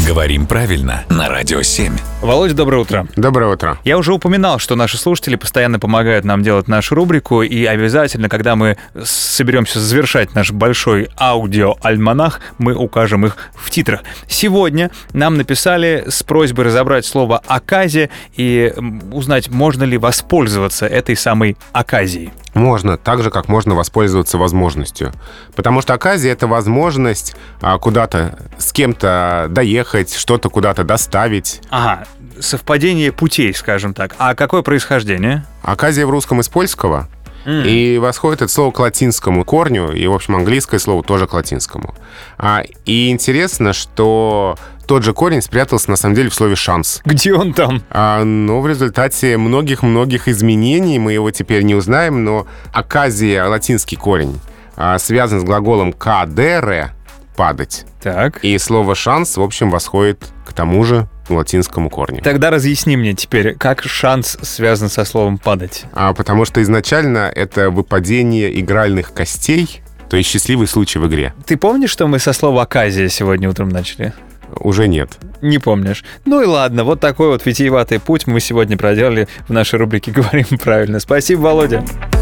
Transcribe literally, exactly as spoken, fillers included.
Говорим правильно на Радио семь. Володя, доброе утро. Доброе утро. Я уже упоминал, что наши слушатели постоянно помогают нам делать нашу рубрику, и обязательно, когда мы соберемся завершать наш большой аудиоальманах, мы укажем их в титрах. Сегодня нам написали с просьбой разобрать слово «оказия» и узнать, можно ли воспользоваться этой самой оказией. Можно, так же, как можно воспользоваться возможностью. Потому что оказия — это возможность а, куда-то с кем-то доехать, что-то куда-то доставить. Ага, совпадение путей, скажем так. А какое происхождение? Оказия в русском из польского. Mm. И восходит это слово к латинскому корню, и, в общем, английское слово тоже к латинскому. А, и интересно, что тот же корень спрятался, на самом деле, в слове «шанс». Где он там? А, но в результате многих-многих изменений мы его теперь не узнаем, но оказия, латинский корень, а, связан с глаголом «кадере» — «падать». Так. И слово «шанс», в общем, восходит к тому же латинскому корню. Тогда разъясни мне теперь, как шанс связан со словом «падать». А, потому что изначально это выпадение игральных костей, то есть счастливый случай в игре. Ты помнишь, что мы со слова «оказия» сегодня утром начали? Уже нет. Не помнишь. Ну и ладно, вот такой вот витиеватый путь мы сегодня проделали в нашей рубрике «Говорим правильно». Спасибо, Володя.